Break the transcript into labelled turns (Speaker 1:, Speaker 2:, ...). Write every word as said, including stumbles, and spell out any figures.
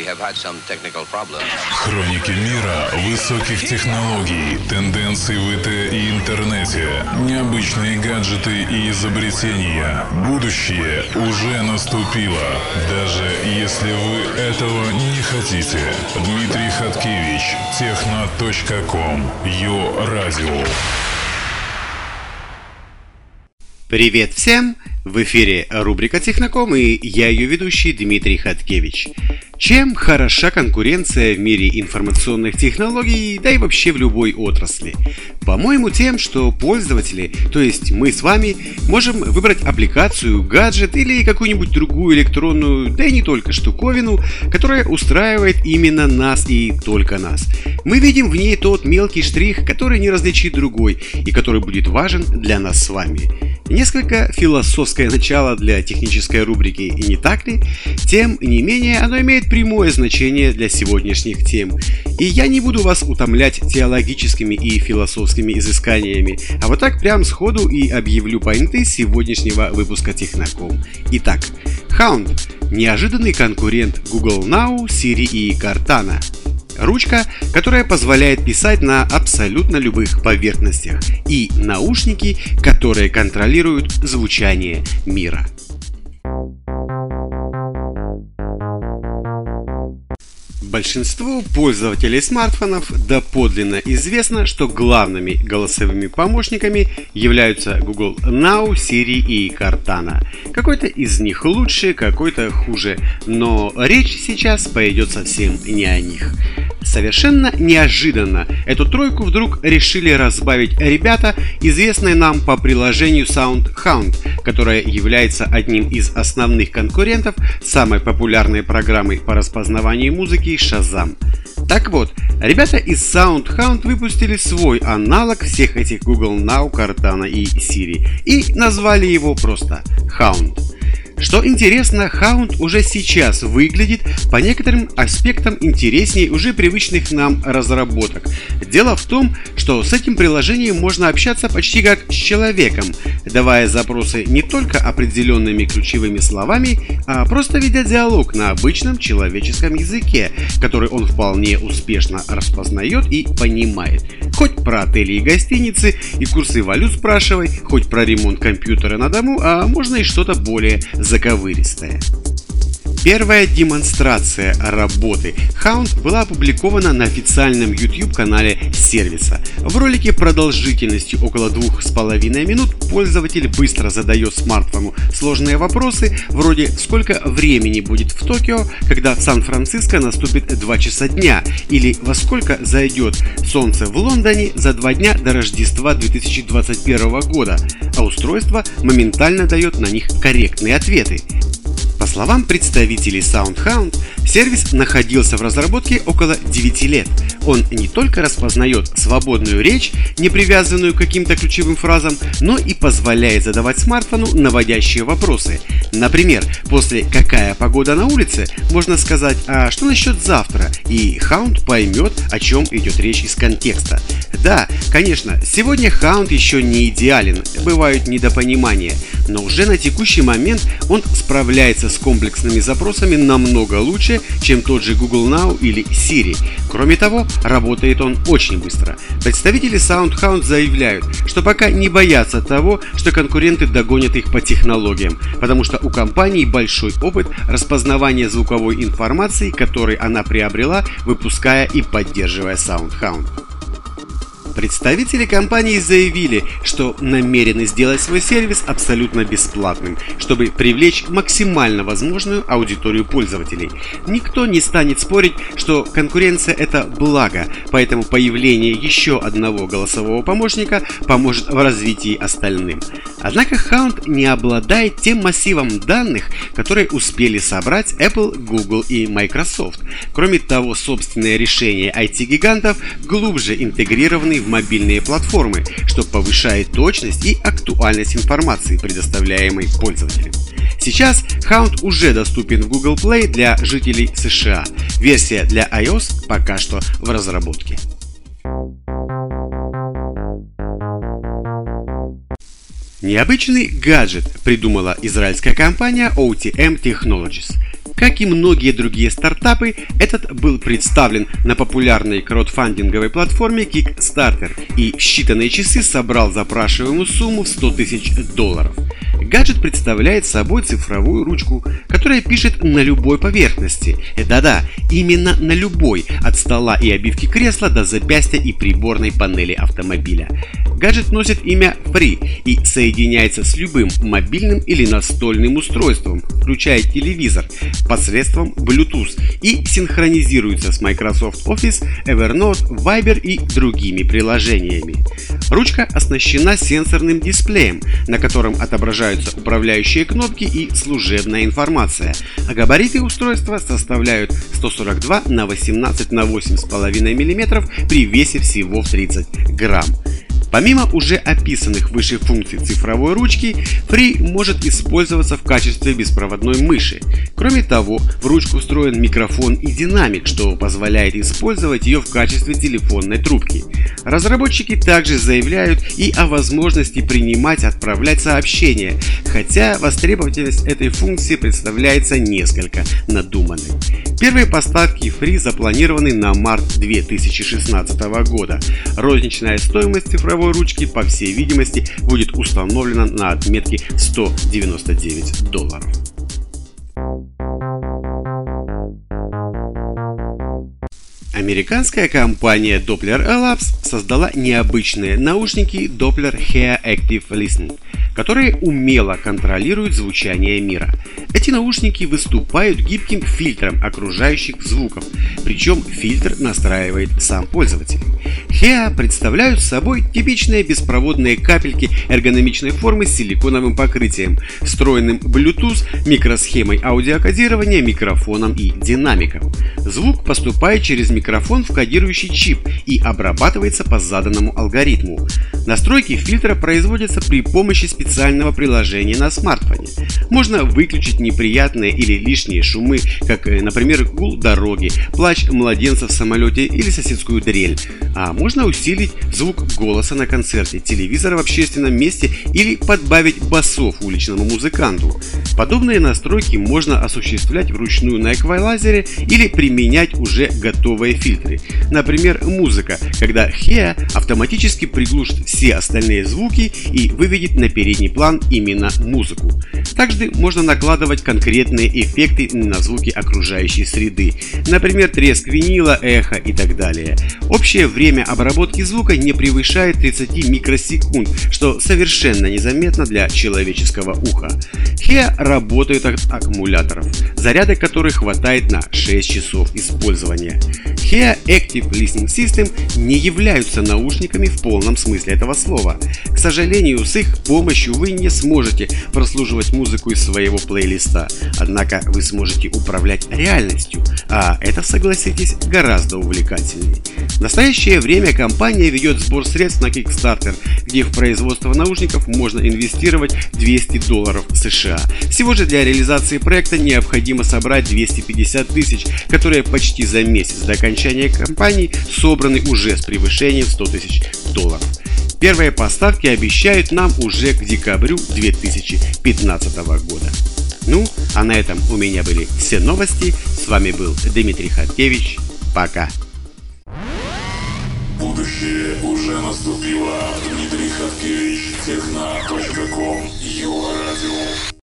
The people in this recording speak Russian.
Speaker 1: Хроники мира высоких технологий, тенденций в ИТ и интернете, необычные гаджеты и изобретения. Будущее уже наступило, даже если вы этого не хотите. Дмитрий Хаткевич, техно точка ком, Йо Радио.
Speaker 2: Привет всем! В эфире рубрика Техноком, и я ее ведущий Дмитрий Хаткевич. Чем хороша конкуренция в мире информационных технологий, да и вообще в любой отрасли? По-моему, тем, что пользователи, то есть мы с вами, можем выбрать аппликацию, гаджет или какую-нибудь другую электронную, да и не только штуковину, которая устраивает именно нас и только нас. Мы видим в ней тот мелкий штрих, который не различит другой и который будет важен для нас с вами. Несколько философское начало для технической рубрики, и не так ли? Тем не менее, оно имеет прямое значение для сегодняшних тем. И я не буду вас утомлять теологическими и философскими изысканиями, а вот так прям сходу и объявлю поинты сегодняшнего выпуска Техноком. Итак, Hound – неожиданный конкурент Google Now, Siri и Cortana. Ручка, которая позволяет писать на абсолютно любых поверхностях, и наушники, которые контролируют звучание мира. Большинству пользователей смартфонов доподлинно известно, что главными голосовыми помощниками являются Google Now, Siri и Cortana. Какой-то из них лучше, какой-то хуже, но речь сейчас пойдет совсем не о них. Совершенно неожиданно эту тройку вдруг решили разбавить ребята, известные нам по приложению SoundHound, которое является одним из основных конкурентов самой популярной программы по распознаванию музыки Shazam. Так вот, ребята из SoundHound выпустили свой аналог всех этих Google Now, Cortana и Siri и назвали его просто Hound. Что интересно, Hound уже сейчас выглядит по некоторым аспектам интереснее уже привычных нам разработок. Дело в том, что с этим приложением можно общаться почти как с человеком, давая запросы не только определенными ключевыми словами, а просто ведя диалог на обычном человеческом языке, который он вполне успешно распознает и понимает. Хоть про отели и гостиницы и курсы валют спрашивай, хоть про ремонт компьютера на дому, а можно и что-то более заковыристое. Первая демонстрация работы Hound была опубликована на официальном YouTube-канале сервиса. В ролике продолжительностью около двух с половиной минут пользователь быстро задает смартфону сложные вопросы, вроде «Сколько времени будет в Токио, когда в Сан-Франциско наступит два часа дня?» или «Во сколько зайдет солнце в Лондоне за два дня до Рождества две тысячи двадцать первого года?» А устройство моментально дает на них корректные ответы. По словам представителей SoundHound, сервис находился в разработке около девяти лет. Он не только распознает свободную речь, не привязанную к каким-то ключевым фразам, но и позволяет задавать смартфону наводящие вопросы. Например, после «какая погода на улице» можно сказать «а что насчет завтра?» и Hound поймет, о чем идет речь из контекста. Да, конечно, сегодня Hound еще не идеален, бывают недопонимания, но уже на текущий момент он справляется с комплексными запросами намного лучше, чем тот же Google Now или Siri. Кроме того, работает он очень быстро. Представители SoundHound заявляют, что пока не боятся того, что конкуренты догонят их по технологиям, потому что у компании большой опыт распознавания звуковой информации, который она приобрела, выпуская и поддерживая SoundHound. Представители компании заявили, что намерены сделать свой сервис абсолютно бесплатным, чтобы привлечь максимально возможную аудиторию пользователей. Никто не станет спорить, что конкуренция – это благо, поэтому появление еще одного голосового помощника поможет в развитии остальным. Однако Hound не обладает тем массивом данных, которые успели собрать Apple, Google и Microsoft. Кроме того, собственные решения ай ти-гигантов глубже интегрированы в мобильные платформы, что повышает точность и актуальность информации, предоставляемой пользователям. Сейчас Hound уже доступен в Google Play для жителей США. Версия для iOS пока что в разработке. Необычный гаджет придумала израильская компания о ти эм Technologies. Как и многие другие стартапы, этот был представлен на популярной краудфандинговой платформе Kickstarter и в считанные часы собрал запрашиваемую сумму в сто тысяч долларов. Гаджет представляет собой цифровую ручку, которая пишет на любой поверхности. Да-да, именно на любой, от стола и обивки кресла до запястья и приборной панели автомобиля. Гаджет носит имя Free и соединяется с любым мобильным или настольным устройством, включая телевизор, посредством Bluetooth и синхронизируется с Microsoft Office, Evernote, Viber и другими приложениями. Ручка оснащена сенсорным дисплеем, на котором отображаются управляющие кнопки и служебная информация, а габариты устройства составляют сто сорок два на восемнадцать на восемь с половиной миллиметров при весе всего в тридцать грамм. Помимо уже описанных выше функций цифровой ручки, Free может использоваться в качестве беспроводной мыши. Кроме того, в ручку встроен микрофон и динамик, что позволяет использовать ее в качестве телефонной трубки. Разработчики также заявляют и о возможности принимать и отправлять сообщения, хотя востребованность этой функции представляется несколько надуманной. Первые поставки Free запланированы на март две тысячи шестнадцатого года. Розничная стоимость цифровой ручки, по всей видимости, будет установлена на отметке сто девяносто девять долларов. Американская компания Doppler Labs создала необычные наушники Doppler Hear Active Listening, которые умело контролируют звучание мира. Эти наушники выступают гибким фильтром окружающих звуков, причем фильтр настраивает сам пользователь. Hear представляют собой типичные беспроводные капельки эргономичной формы с силиконовым покрытием, встроенным Bluetooth, микросхемой аудиокодирования, микрофоном и динамиком. Звук поступает через микрофон в кодирующий чип и обрабатывается по заданному алгоритму. Настройки фильтра производятся при помощи специального приложения на смартфоне. Можно выключить неприятные или лишние шумы, как, например, гул дороги, плач младенца в самолете или соседскую дрель. А можно усилить звук голоса на концерте, телевизора в общественном месте или подбавить басов уличному музыканту. Подобные настройки можно осуществлять вручную на эквалайзере или применять уже готовые фильтры. Например, музыка, когда Hear автоматически приглушит все остальные звуки и выведет на передний план именно музыку. Также можно накладывать конкретные эффекты на звуки окружающей среды, например, треск винила, эхо и так далее. Общее время обработки звука не превышает тридцати микросекунд, что совершенно незаметно для человеческого уха. Hear работают от аккумуляторов, заряда которых хватает на шесть часов использования. Hear Active Listening System не являются наушниками в полном смысле этого слова. К сожалению, с их помощью вы не сможете прослушивать музыку из своего плейлиста, однако вы сможете управлять реальностью, а это, согласитесь, гораздо увлекательнее. В настоящее время компания ведет сбор средств на Kickstarter, где в производство наушников можно инвестировать двести долларов США. Всего же для реализации проекта необходимо собрать двести пятьдесят тысяч, которые почти за месяц до окончания кампании собраны уже с превышением сто тысяч долларов. Первые поставки обещают нам уже к декабрю две тысячи пятнадцатого года. Ну, а на этом у меня были все новости. С вами был Дмитрий Хаткевич. Пока.
Speaker 1: Будущее уже наступило. Дмитрий Хаткевич, техно точка ком, Его радио.